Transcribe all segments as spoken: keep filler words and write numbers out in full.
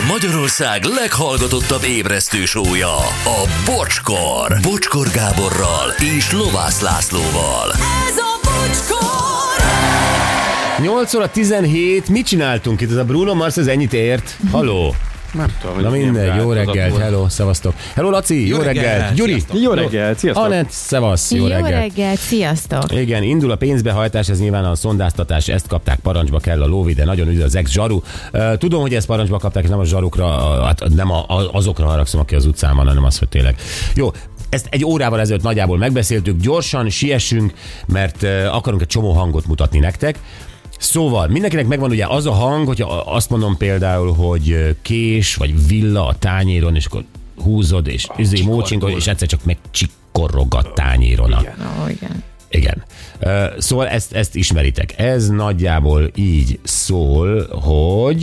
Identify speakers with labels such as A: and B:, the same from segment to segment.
A: Magyarország leghallgatottabb ébresztő sója, a Bocskor. Bocskor Gáborral és Lovász Lászlóval.
B: Ez a Bocskor!
C: nyolc óra tizenhét, mit csináltunk itt? Ez a Bruno Mars, ez ennyit ért? Halló?
D: Nem tudom.
C: Na mindegy, jó reggelt, hello, szevasztok. Hello Laci, jó, jó reggelt. reggelt. Gyuri.
D: Sziasztok. Jó reggelt, sziasztok.
C: Anett, szevasz, jó,
E: jó
C: reggelt.
E: Jó reggelt, sziasztok.
C: Igen, indul a pénzbehajtás, ez nyilván a szondáztatás, ezt kapták, parancsba kell a lóvi, de nagyon üdv az ex-zsaru. Tudom, hogy ezt parancsba kapták, és nem a zsarukra, hát nem a, azokra haragszom, aki az utcán van, hanem az, hogy tényleg. Jó, ezt egy órával ezelőtt nagyjából megbeszéltük, gyorsan siessünk, mert akarunk egy csomó hangot mutatni nektek. Szóval mindenkinek megvan ugye az a hang, hogyha azt mondom például, hogy kés vagy villa a tányéron, és akkor húzod, és oh, üzé mócsinkod, és egyszer csak megcsikorog a tányéron.
E: Igen. Oh, igen.
C: Igen. Szóval ezt, ezt ismeritek. Ez nagyjából így szól, hogy...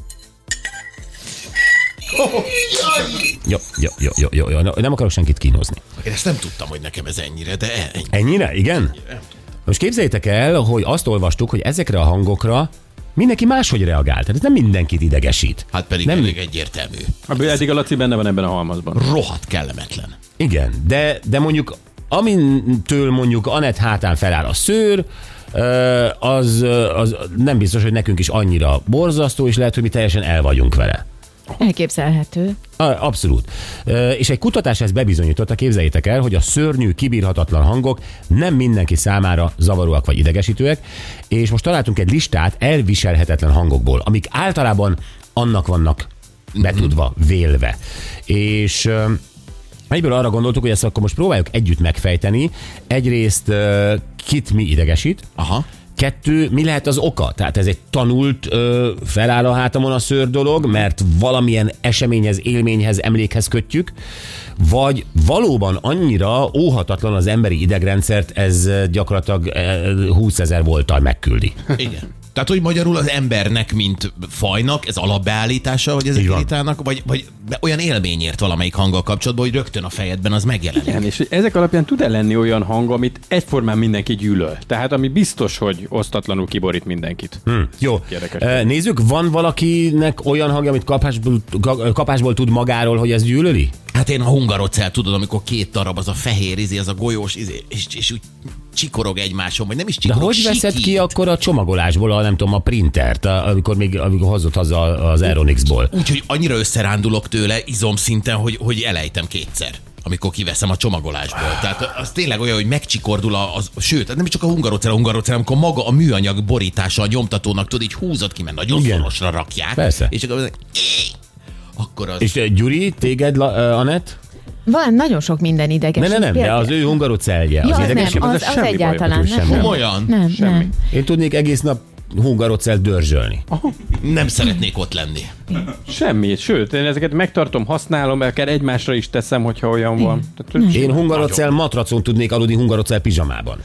C: Jó, jó, jó, jó, jó, jó. Nem akarok senkit kínozni.
F: Én ezt nem tudtam, hogy nekem ez ennyire, de ennyi.
C: Ennyire? Igen? Most képzeljétek el, hogy azt olvastuk, hogy ezekre a hangokra mindenki máshogy reagál. Tehát ez nem mindenkit idegesít.
F: Hát pedig
C: nem
F: elég egyértelmű.
D: Abban eddig a Laci benne van ebben a halmazban.
F: Rohadt kellemetlen.
C: Igen, de, de mondjuk amintől mondjuk Anett hátán feláll a szőr, az, az nem biztos, hogy nekünk is annyira borzasztó, és lehet, hogy mi teljesen el vagyunk vele.
E: Elképzelhető.
C: Abszolút. És egy kutatás ezt bebizonyította, képzeljétek el, hogy a szörnyű, kibírhatatlan hangok nem mindenki számára zavaróak vagy idegesítőek, és most találtunk egy listát elviselhetetlen hangokból, amik általában annak vannak betudva, vélve. És egyből arra gondoltuk, hogy ezt akkor most próbáljuk együtt megfejteni. Egyrészt kit mi idegesít,
F: aha.
C: Kettő, mi lehet az oka? Tehát ez egy tanult ö, feláll a hátamon a szőr dolog, mert valamilyen eseményhez, élményhez, emlékhez kötjük, vagy valóban annyira óhatatlan az emberi idegrendszert, ez gyakorlatilag húszezer volttal megküldi.
F: Igen. Tehát, hogy magyarul az embernek, mint fajnak, ez alapbeállítása, hogy ezek irritálnak, vagy, vagy olyan élményért valamelyik hanggal kapcsolatban, hogy rögtön a fejedben az megjelenik.
D: Igen, és ezek alapján tud-e lenni olyan hang, amit egyformán mindenki gyűlöl? Tehát ami biztos, hogy osztatlanul kiborít mindenkit.
C: Hmm, jó. Érdekes. Nézzük, van valakinek olyan hangja, amit kapásból, kapásból tud magáról, hogy ez gyűlöli?
F: Hát én a hungarocell, tudod, amikor két darab, az a fehér izé, az a golyós izé, és, és úgy csikorog egymáson, vagy nem is csikorog,
C: de hogy
F: sikít.
C: veszed ki akkor a csomagolásból, a, nem tudom, a printert, amikor még amikor hozott haza az Aeronixból?
F: Úgyhogy annyira összerándulok tőle izomszinten, hogy, hogy elejtem kétszer, amikor kiveszem a csomagolásból. Tehát az tényleg olyan, hogy megcsikordul a, az, sőt, nem csak a hungarocell, a hungarocell, amikor maga a műanyag borítása a nyomtatónak, tudod, így húzod ki, mert nagyon szorosra rakják.
C: Persze.
F: És akkor, akkor az...
C: És Gyuri, téged, Anett?
E: Van nagyon sok minden ideges.
C: Ne, ne, nem, de az ő hungarocelje.
E: Ja,
C: az
E: nem,
C: ideges,
E: az, az, az egyáltalán nem.
F: Komolyan?
E: Nem,
D: semmi.
E: nem.
C: Én tudnék egész nap hungarocell dörzsölni.
D: Aha.
F: Nem szeretnék ott lenni.
D: Semmi, sőt, én ezeket megtartom, használom, akár egymásra is teszem, hogyha olyan van. Tehát,
C: én hungarocell matracon tudnék aludni hungarocell pizsamában.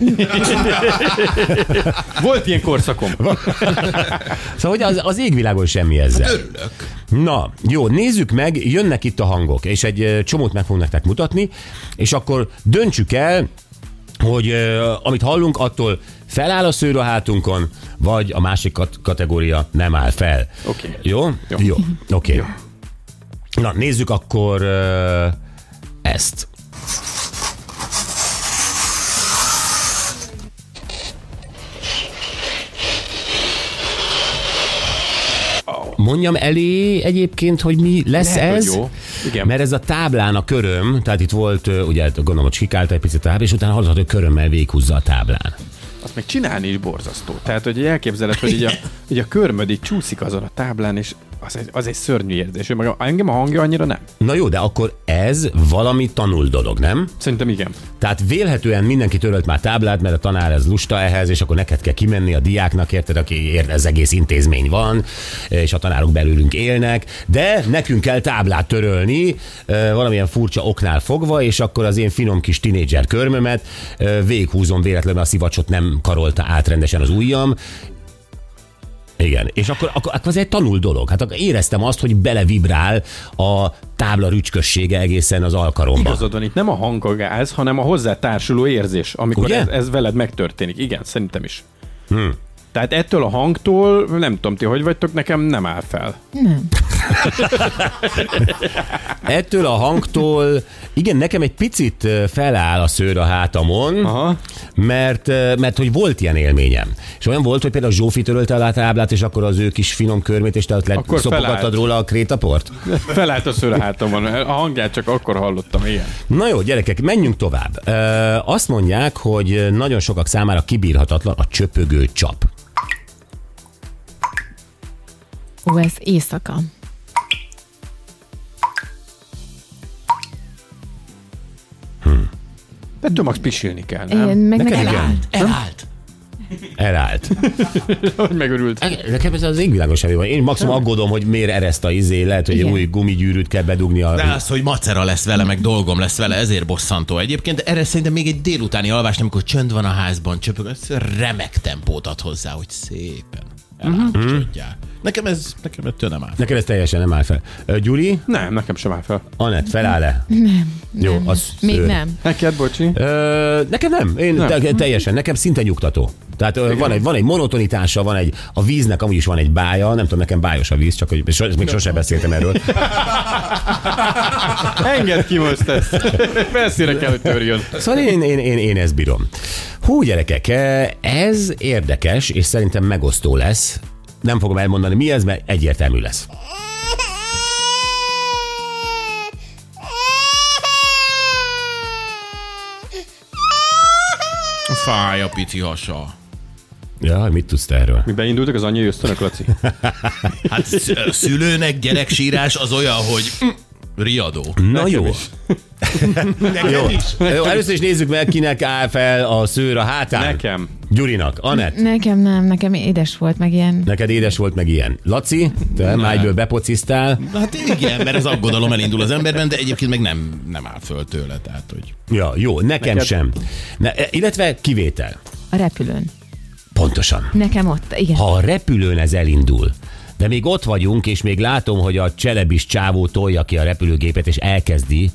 D: Volt ilyen korszakom.
C: Szóval hogy az, az égvilágon semmi ezzel.
F: Hát örülök.
C: Na, jó, nézzük meg, jönnek itt a hangok, és egy csomót meg fognak nektek mutatni, és akkor döntsük el, hogy uh, amit hallunk, attól feláll a szőr a hátunkon, vagy a másik kat- kategória nem áll fel.
D: Oké. Okay.
C: Jó? Jó. Jó. Oké. Okay. Na, nézzük akkor uh, ezt. Mondjam elé egyébként, hogy mi lesz
D: lehet,
C: ez?
D: jó. Igen.
C: Mert ez a táblán a köröm, tehát itt volt, ugye gondolom, hogy sikálta egy picit a táblán, és utána hallott, hogy körömmel véghúzza a táblán.
D: Azt meg csinálni is borzasztó. Tehát, hogy elképzeled, hogy így a, így a körmöd így csúszik azon a táblán, és az egy, az egy szörnyű érzés. Meg engem a hangja annyira nem.
C: Na jó, de akkor ez valami tanult dolog, nem?
D: Szerintem igen.
C: Tehát vélhetően mindenki törölt már táblát, mert a tanár ez lusta ehhez, és akkor neked kell kimenni a diáknak, érted, aki érted, ez egész intézmény van, és a tanárok belőlünk élnek, de nekünk kell táblát törölni, valamilyen furcsa oknál fogva, és akkor az én finom kis tinédzser körmömet véghúzom véletlenül, a szivacsot nem karolta át rendesen az ujjam. Igen, és akkor, akkor, akkor ez egy tanult dolog. Hát akkor éreztem azt, hogy belevibrál a tábla rücskössége egészen az alkaromba.
D: Igazad van, itt nem a hang a gáz, hanem a hozzá társuló érzés, amikor ez, ez veled megtörténik. Igen, szerintem is.
C: Hmm.
D: Tehát ettől a hangtól, nem tudom ti, hogy vagytok, nekem nem áll fel.
E: Nem.
C: Ettől a hangtól, igen, nekem egy picit feláll a szőr a hátamon,
D: Aha.
C: mert, mert hogy volt ilyen élményem. És olyan volt, hogy például Zsófi törölte a táblát, és akkor az ő kis finom körmét, és te ott leszopogattad róla a krétaport?
D: Felállt a szőr a hátamon. A hangját csak akkor hallottam, igen.
C: Na jó, gyerekek, menjünk tovább. Ö, azt mondják, hogy nagyon sokak számára kibírhatatlan a csöpögő csap.
E: Ó, ez éjszaka.
D: De Tomax pisilni kell, nem?
E: Én meg, meg
C: Neked igen?
E: elállt.
F: Elállt.
C: Elállt.
D: Hogy megörült.
C: Nekem ez az égvilágon semmi van. Én maximum aggódom, hogy miért ereszt a izé, lehet, hogy egy
E: Igen.
C: új gumigyűrűt kell bedugni a...
F: De az, hogy macera lesz vele, meg dolgom lesz vele, ezért bosszantó egyébként. De erre szerintem még egy délutáni alvás, amikor csönd van a házban, csöpög, ez remek tempót ad hozzá, hogy szépen elátcsodjál. Nekem ez, nekem ettől nem áll.
C: Nekem ez teljesen nem áll fel. Ö, Gyuri,
D: Nem, nekem sem áll fel.
C: Anett, feláll-e? Nem. Jó,
E: Nem.
C: az
E: Még
C: szőr.
E: nem.
D: Neked, bocsi?
C: Ö, nekem nem. Én
D: Nem.
C: Te, teljesen, nekem szinte nyugtató. Tehát ö, van egy, van egy monotonitása, van egy, a víznek amúgy is van egy bája, nem tudom, nekem bájos a víz, csak hogy so, még sosem beszéltem erről.
D: Engedd ki most ezt. Felszíre kell, hogy törjön.
C: Szóval én, én, én, én ezt bírom. Hú, gyerekek, ez érdekes, és szerintem megosztó lesz. Nem fogom elmondani, mi ez, mert egyértelmű lesz.
F: Fáj a pici hasa.
C: Ja, mit tudsz te erről?
D: Mi beindultak az anyai ösztönök, Laci?
F: Hát sz- szülőnek gyereksírás az olyan, hogy mm, riadó.
C: Na jó.
F: Nekem
C: Jó.
F: is.
C: Jó, először is nézzük meg, kinek áll fel a szőr a hátán.
D: Nekem.
C: Gyurinak. Anett,
E: Nekem nem, nekem édes volt, meg ilyen.
C: neked édes volt meg ilyen. Laci, te májből bepocisztál.
F: Hát igen, mert az aggodalom elindul az emberben, de egyébként meg nem, nem áll föl tőle, tehát hogy...
C: Ja, jó, nekem
D: Neked?
C: sem. Ne, illetve kivétel.
E: A repülőn.
C: Pontosan.
E: Nekem ott, igen.
C: Ha a repülőn ez elindul, de még ott vagyunk, és még látom, hogy a cselebis csávó tolja ki a repülőgépet, és elkezdi.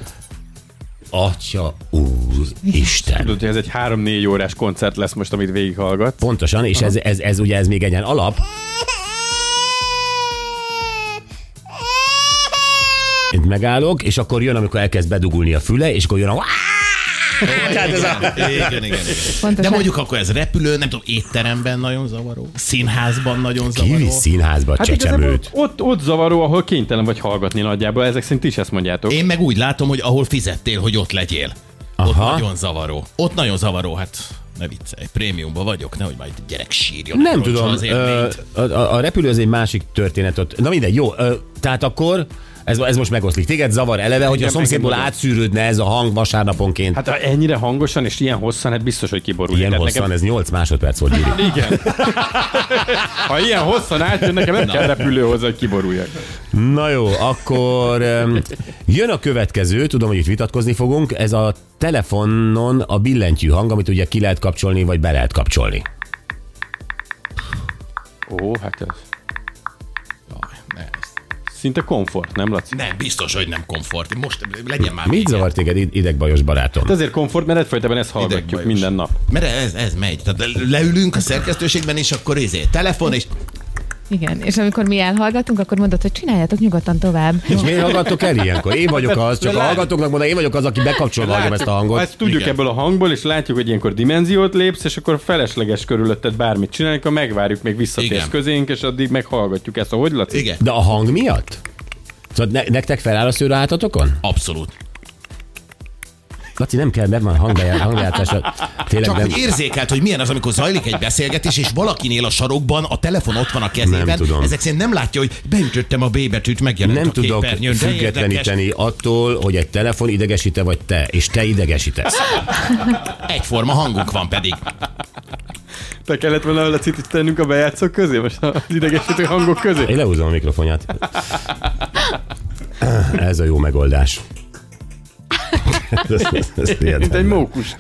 C: Atya úr, Isten.
D: Tudod, hogy ez egy három-négy órás koncert lesz most, amit végighallgat.
C: Pontosan, és ez, ez, ez ugye ez még egyen alap. Itt megállok, és akkor jön, amikor elkezd bedugulni a füle, és akkor jön a... Tehát ez a...
F: Igen, igen, igen.
E: Pontosan.
F: De mondjuk akkor ez repülő, nem tudom, étteremben nagyon zavaró, színházban nagyon zavaró.
C: Kivisz színházba a
D: Hát igazából
C: csecsemőt.
D: ott, ott zavaró, ahol kénytelen vagy hallgatni nagyjából. Ezek szerint is ezt mondjátok.
F: Én meg úgy látom, hogy ahol fizettél, hogy ott legyél. Ott
C: Aha.
F: nagyon zavaró. Ott nagyon zavaró, hát ne viccelj, prémiumban vagyok, nehogy majd gyerek sírjon.
C: Nem
F: elrontsa
C: tudom,
F: az
C: ö,
F: élményt.
C: a, a, a repülő az egy másik történet ott. Na mindegy, jó, ö, tehát akkor ez, ez most megoszlik. Téged zavar eleve, hogy a
D: Engem-
C: szomszédból
D: engem
C: átszűrődne ez a hang vasárnaponként.
D: Hát ha ennyire hangosan és ilyen hosszan, hát biztos, hogy kiborul.
C: Ilyen
D: Tehát
C: hosszan,
D: nekem...
C: ez nyolc másodperc volt, Gyuri.
D: Igen. Ha ilyen hosszan átjön, nekem nem kell repülő hozzá, hogy kiboruljak.
C: Na jó, akkor öm, jön a következő, tudom, hogy itt vitatkozni fogunk, ez a telefonon a billentyű hang, amit ugye ki lehet kapcsolni, vagy be lehet kapcsolni.
D: Ó, hát ez
F: Jaj, ne, ez-
D: szinte komfort, nem Laci?
F: Nem, biztos, hogy nem komfort. Most legyen már
C: Mit
F: vége.
C: zavar téged id- idegbajos barátom?
D: Hát ezért komfort, mert egyfajtában ezt hallgatjuk
F: Idegbajos.
D: minden nap.
F: Mert ez, ez megy. Tehát leülünk a szerkesztőségben, és akkor izé, telefon, és
E: Igen, és amikor mi elhallgatunk, akkor mondod, hogy csináljátok nyugodtan tovább.
C: És miért hallgattok el ilyenkor? Én vagyok az, csak a hallgatóknak mondom, én vagyok az, aki bekapcsolva hagyom ezt a hangot.
D: Ezt tudjuk
F: Igen.
D: ebből a hangból, és látjuk, hogy ilyenkor dimenziót lépsz, és akkor felesleges körülötted bármit csinálni, akkor megvárjuk, még visszatérsz
F: Igen.
D: közénk, és addig meghallgatjuk ezt. Ahogy Laci?
F: igen,
C: De a hang miatt? Szóval ne, nektek feláll a szőr a hátatokon?
F: abszolút.
C: Laci, nem kell, mert van hangbejátásra. Tényleg
F: Csak
C: nem.
F: hogy érzékelt, hogy milyen az, amikor zajlik egy beszélgetés, és valakinél a sarokban a telefon ott van a kezében.
C: Nem tudom.
F: Ezek szerint nem látja, hogy beütöttem a B betűt, megjelent
C: Nem
F: a
C: tudok
F: képernyőn. De érdekes.
C: függetleníteni attól, hogy egy telefon idegesít-e vagy te, és te idegesítesz.
F: Egyforma hangunk van pedig.
D: Te kellett volna a Lacit is tennünk a bejátszók közé, most az idegesítő hangok közé.
C: Én lehúzom a mikrofonját. Ez a jó megoldás. Ez, ez, ez
D: Mint egy
C: hihetetlen.
D: mókus.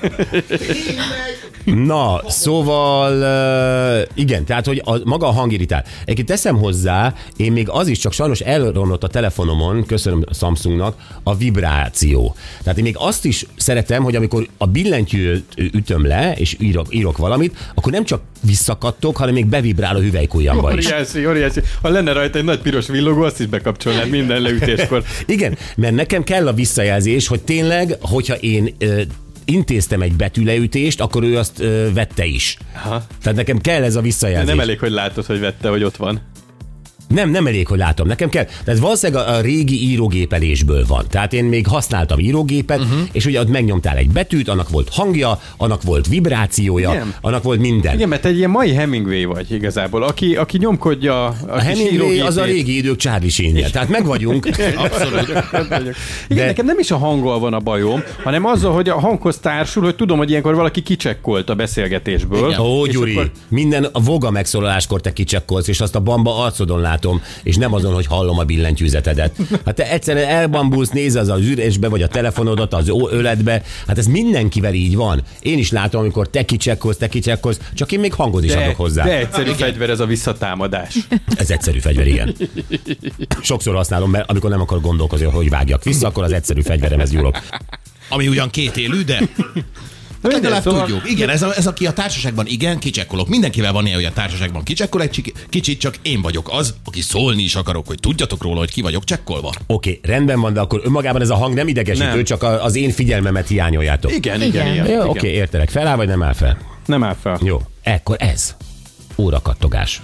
C: Na, szóval uh, igen, tehát, hogy a, maga a hang irritál. Egyébként teszem hozzá, én még az is csak sajnos elromlott a telefonomon, köszönöm a Samsungnak, a vibráció. Tehát én még azt is szeretem, hogy amikor a billentyűt ütöm le, és írok, írok valamit, akkor nem csak visszakattog, hanem még bevibrál a hüvelykujjamba is.
D: Óriási, óriási. Ha lenne rajta egy nagy piros villogó, azt is bekapcsolnád minden leütéskor.
C: Igen, mert nekem kell a visszajelzés, hogy tényleg, hogyha én ö, intéztem egy betűleütést, akkor ő azt ö, vette is.
D: Aha.
C: Tehát nekem kell ez a visszajelzés.
D: Nem elég, hogy látod, hogy vette, hogy ott van.
C: Nem, nem elég, hogy látom. Nekem kell. Tehát valószínűleg a, a régi írógépelésből van. Tehát én még használtam írógépet, uh-huh. és ugye ott megnyomtál egy betűt, annak volt hangja, annak volt vibrációja,
D: Igen.
C: annak volt minden.
D: Igen, mert egy ilyen mai Hemingway vagy igazából, aki, aki nyomkodja a,
C: A Hemingway az a régi idők Charlie Sheen-je. Tehát megvagyunk.
D: Abszolút. Igen,
C: De-
D: nekem nem is a hanggal van a bajom, hanem azzal, hogy a hanghoz társul, hogy tudom, hogy ilyenkor valaki kicsekkolt a beszélgetésből.
F: Igen.
C: Ó,
D: És
C: Gyuri,
D: akkor-
C: minden a voga megszólaláskor te kicsekkolsz, és azt a bamba arcodon látom, és nem azon, hogy hallom a billentyűzetedet. Hát te egyszerűen elbambulsz, néz az az üresbe, vagy a telefonodat, az ó- öletbe. Hát ez mindenkivel így van. Én is látom, amikor te kicsekkolsz, te kicsekkolsz, csak én még hangot is
D: De,
C: adok hozzá.
D: de egyszerű fegyver ez a visszatámadás.
C: Ez egyszerű fegyver, igen. Sokszor használom, mert amikor nem akar gondolkozni, hogy vágjak vissza, akkor az egyszerű fegyveremhez nyúlok.
F: Ami ugyan két élő, de
D: Na,
F: legalább
D: mindegy, szóval-
F: tudjuk. Igen, ez, a, ez aki a társaságban igen, kicsekkolok. Mindenkivel van ilyen, hogy a társaságban kicsekkol egy csiki- kicsit, csak én vagyok az, aki szólni is akarok, hogy tudjatok róla, hogy ki vagyok csekkolva.
C: Oké, rendben van, de akkor önmagában ez a hang nem idegesítő,
D: Nem.
C: csak a- az én figyelmemet hiányoljátok.
D: Igen,
E: Igen.
D: igen, igen.
C: Jó,
D: igen.
C: oké, értelek. Feláll vagy nem áll fel?
D: Nem áll fel.
C: Jó, ekkor ez. Órakattogás.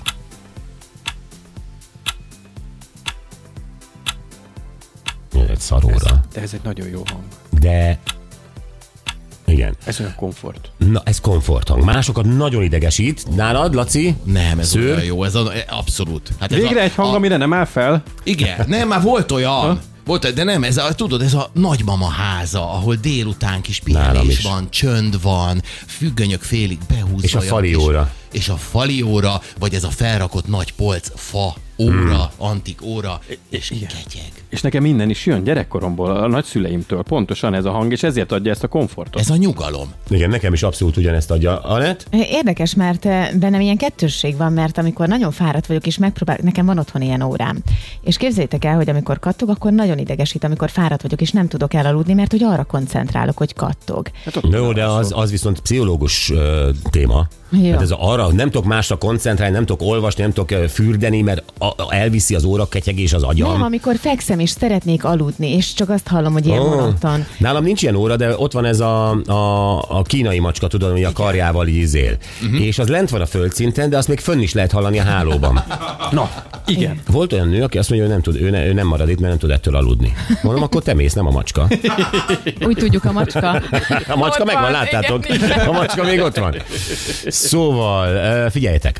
C: Ez egy szaróra.
D: De ez egy nagyon jó hang.
C: De... Igen.
D: Ez olyan komfort.
C: Na, ez komforthang. Másokat nagyon idegesít. Nálad, Laci?
F: Nem, ez
C: Szőr?
F: olyan jó, ez a, abszolút. Hát ez
D: Végre
F: a,
D: egy hang,
F: a,
D: amire nem áll fel.
F: Igen, nem, már volt olyan. Volt, de nem, ez a, tudod, ez a nagymama háza, ahol délután kis
C: Nálam
F: pihenés
C: is.
F: van, csönd van, függönyök félig behúzva.
C: És a
F: olyan
C: fali
F: kis-
C: óra.
F: És a fali óra, vagy ez a felrakott nagy polc, fa, óra, hmm. antik óra, és
D: igen.
F: ketyeg.
D: És nekem minden is jön gyerekkoromból, a nagyszüleimtől. Pontosan ez a hang, és ezért adja ezt a komfortot.
F: Ez a nyugalom.
C: Igen, nekem is abszolút ugyanezt adja. Anett?
E: Érdekes, mert eh, bennem ilyen kettősség van, mert amikor nagyon fáradt vagyok, és megpróbál, nekem van otthon ilyen órám. És képzeljétek el, hogy amikor kattog, akkor nagyon idegesít, amikor fáradt vagyok, és nem tudok elaludni, mert hogy arra koncentrálok, hogy kattog.
D: Hát ott
C: Jó, de az, az viszont pszichológus uh, téma.
E: Jó.
C: Hát ez arra, nem tudok másra koncentrálni, nem tudok olvasni, nem tudok uh, fürdeni, mert a, a, elviszi az óraketyegés az agyam.
E: Nem, amikor fekszem, és szeretnék aludni, és csak azt hallom, hogy ilyen
C: Ó,
E: monoton.
C: Nálam nincs ilyen óra, de ott van ez a, a, a kínai macska, tudod, hogy a karjával így izél. Uh-huh. És az lent van a földszinten, de azt még fönn is lehet hallani a hálóban.
D: Na, igen.
C: Volt olyan nő, aki azt mondja, hogy nem tud, ő, ne, ő nem marad itt, mert nem tud ettől aludni. Mondom, akkor te mész, nem a macska.
E: Úgy tudjuk, a macska.
C: A macska
E: Ott
C: megvan,
E: van,
C: láttátok?
E: igen, igen.
C: A macska még ott van. Szóval, figyeljetek.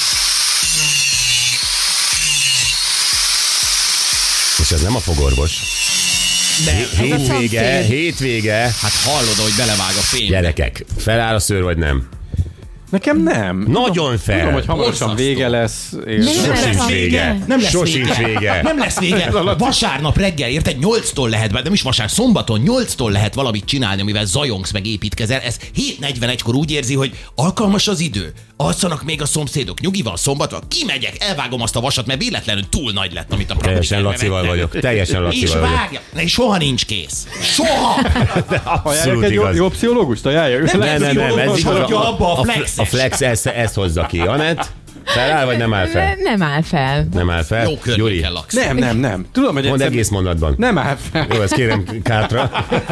C: És ez nem a fogorvos.
F: Nem,
C: Hétvége,
E: szomszéd.
C: hétvége.
F: hát hallod, hogy belevág a fény.
C: Gyerekek, feláll a szőr, vagy nem?
D: Nekem nem.
C: Nagyon fel.
D: Tudom, hogy hamarosan
F: Borzasztó.
D: vége lesz. És...
E: Nem
C: Sosincs
E: lesz
C: vége.
E: vége.
F: Nem lesz
C: Sosincs
F: vége.
C: vége.
F: Nem lesz vége. Vasárnap reggel, érted? nyolctól lehet, vagy nem is vasárnap, szombaton nyolctól lehet valamit csinálni, amivel zajongsz meg építkezel. Ez hét negyvenegykor úgy érzi, hogy alkalmas az idő. Alszanak még a szomszédok. Nyugi van, szombat van. Kimegyek, elvágom azt a vasat, mert véletlenül túl nagy lett, amit a
C: Teljesen
F: praktikára
C: Lacival
F: vettem.
C: vagyok. Teljesen
F: És
C: Lacival vagyok.
F: vágja. És soha nincs kész. Soha!
D: Ajánljak
C: Abszolút
D: egy jó,
C: igaz.
D: jó pszichológust? Ajánljak?
F: Nem,
C: Nem, nem, nem, ez
F: Most
C: igaz.
F: hagyja
C: A,
F: abba a
C: a,
F: flexes.
C: a flex ezt, ezt hozza ki. Anett, feláll, vagy nem áll fel?
E: Nem áll fel.
C: Nem áll fel.
F: Jó
C: Gyuri,
F: környéken laksz.
D: Nem, nem, nem. Tudom, hogy
C: mondd
D: egyszer...
C: egész mondatban.
D: Nem áll fel.
C: Jó, ezt kérem kátra.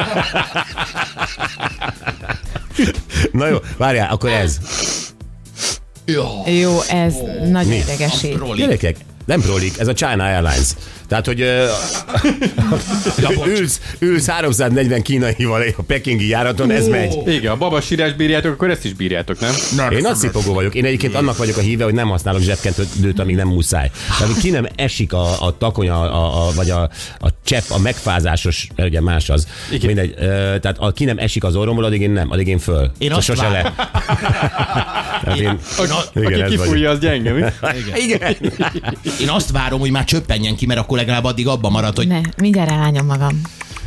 C: Na jó, várjál, akkor ez.
F: Jó.
E: Jó, ez nagyon
C: Mi?
E: idegesít.
F: Roli.
C: Gyerekek, nem prolik, ez a China Airlines. Tehát, hogy ö, ülsz, ülsz háromszáznegyven kínaival a pekingi járaton, ez megy.
D: Igen, a babasírás bírjátok, akkor ezt is bírjátok, nem?
C: Én nagy szipogó vagyok. Én egyébként annak vagyok a híve, hogy nem használok zsebkendőt, amíg nem muszáj. Tehát, ki nem esik a, a takonya, a, a, vagy a, a csepp, a megfázásos, mert ugye más az.
D: Igen.
C: Mindegy, ö, tehát a, ki nem esik az orromból, addig én nem, addig én föl.
F: Én
C: Szóval
F: azt
C: sose
F: várom.
C: le. Tehát én,
D: Aki
C: igen, ez
D: kifújja, az gyenge, mi?
C: Igen.
F: Én azt várom, hogy már csöppenjen ki, mert akkor legalább addig abban marad, hogy
E: Ne, mindjárt elányom magam.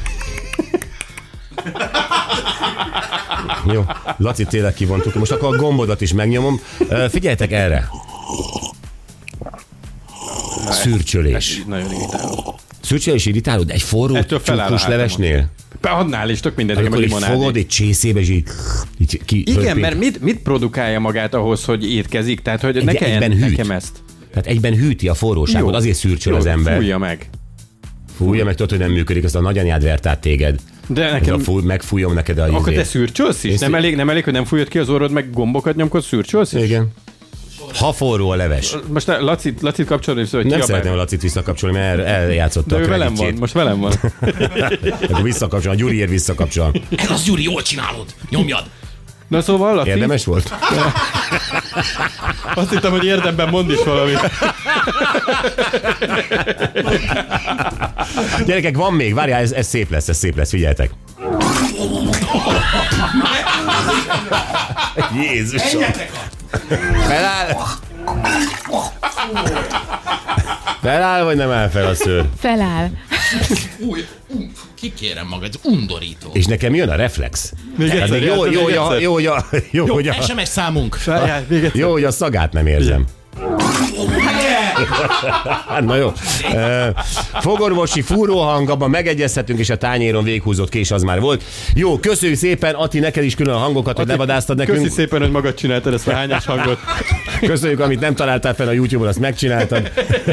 C: Jó, Laci, tényleg kivontuk. Most akkor a gombodat is megnyomom. Ö, Figyeljetek erre. Szürcsölés.
D: Nagyon irritáló.
C: Szürcsölés irritáló, de egy forró
D: Ettől feláll a
C: csuklós
D: hátamon.
C: levesnél.
D: Annál is tök mindegy, nekem a
C: Amikor így
D: limonádé.
C: fogod egy csészébe, és így, így ki,
D: Igen,
C: hörpint.
D: mert mit, mit produkálja magát ahhoz, hogy étkezik? Tehát, hogy ne
C: Egy-
D: kelljen
C: egyben hűt.
D: nekem ezt.
C: Tehát egyben hűti a forróságot,
D: Jó.
C: azért szürcsöl
D: Jó,
C: az ember.
D: Fújja meg.
C: Fújja, meg tudod, hogy nem működik, azt a nagyanyád vert át téged.
D: De
C: Nekem...
D: nekem...
C: Fúj, megfújom neked a
D: Akkor te
C: izét.
D: szürcsölsz is?
C: Én
D: Nem
C: szür-
D: elég, nem elég, hogy nem fújod ki az orrod, meg gombokat nyomkod, szürcsölsz is?
C: Igen. Ha forró a leves.
D: Most te Lacit, Lacit kapcsolni, hogy
C: Nem
D: kiabálj.
C: szeretném a Lacit visszakapcsolni, mert el- eljátszotta
D: De
C: a
D: ő velem van,
C: kreditjét.
D: most velem van.
C: Akkor visszakapcsol, a Gyuriért visszakapcsol.
F: Ez az, Gyuri, jól csinálod. Nyomjad.
D: Na szóval, Laci,
C: Érdemes volt?
D: azt hittem, hogy érdemben mond is valamit.
C: Gyerekek, van még, várjál, ez, ez szép lesz, ez szép lesz, figyeljetek. Jézusom. Feláll. Feláll, vagy nem áll fel a szőr?
E: Feláll.
F: Új, kikérem magad, ez undorító.
C: És nekem jön a reflex.
D: Még
C: Hát
D: egyszer,
C: még jó,
D: játszom,
C: jó,
D: még
C: jó,
D: egyszer.
C: jó, jó, jó,
F: Jó,
C: hogy a,
F: es em es számunk.
D: Várjál, még egyszer.
C: jó, hogy a szagát nem érzem. Hát, na jó. Ö, Fogorvosi fúróhang, abban megegyezhetünk, és a tányéron véghúzott kés az már volt. Jó, köszönjük szépen, Ati, neked is külön a hangokat, hogy levadáztad nekünk.
D: Köszi szépen, hogy magad csináltad ezt a hányás hangot.
C: Köszönjük, amit nem találtál fel a YouTube-on, azt megcsináltad.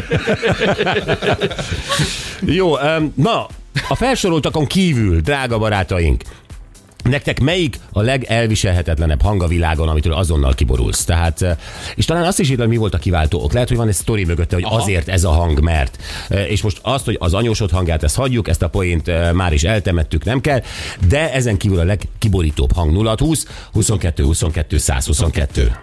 C: Jó, öm, na, a felsoroltakon kívül, drága barátaink, nektek melyik a legelviselhetetlenebb hang a világon, amitől azonnal kiborulsz? Tehát, eh, és talán azt is írtam, mi volt a kiváltó ok. Lehet, hogy van egy sztori mögötte, hogy
F: Aha.
C: azért ez a hang, mert. Eh, És most azt, hogy az anyósod hangját, ezt hagyjuk, ezt a poént eh, már is eltemettük, nem kell, de ezen kívül a legkiborítóbb hang nulla húsz huszonkettő huszonkettő száz huszonkettő.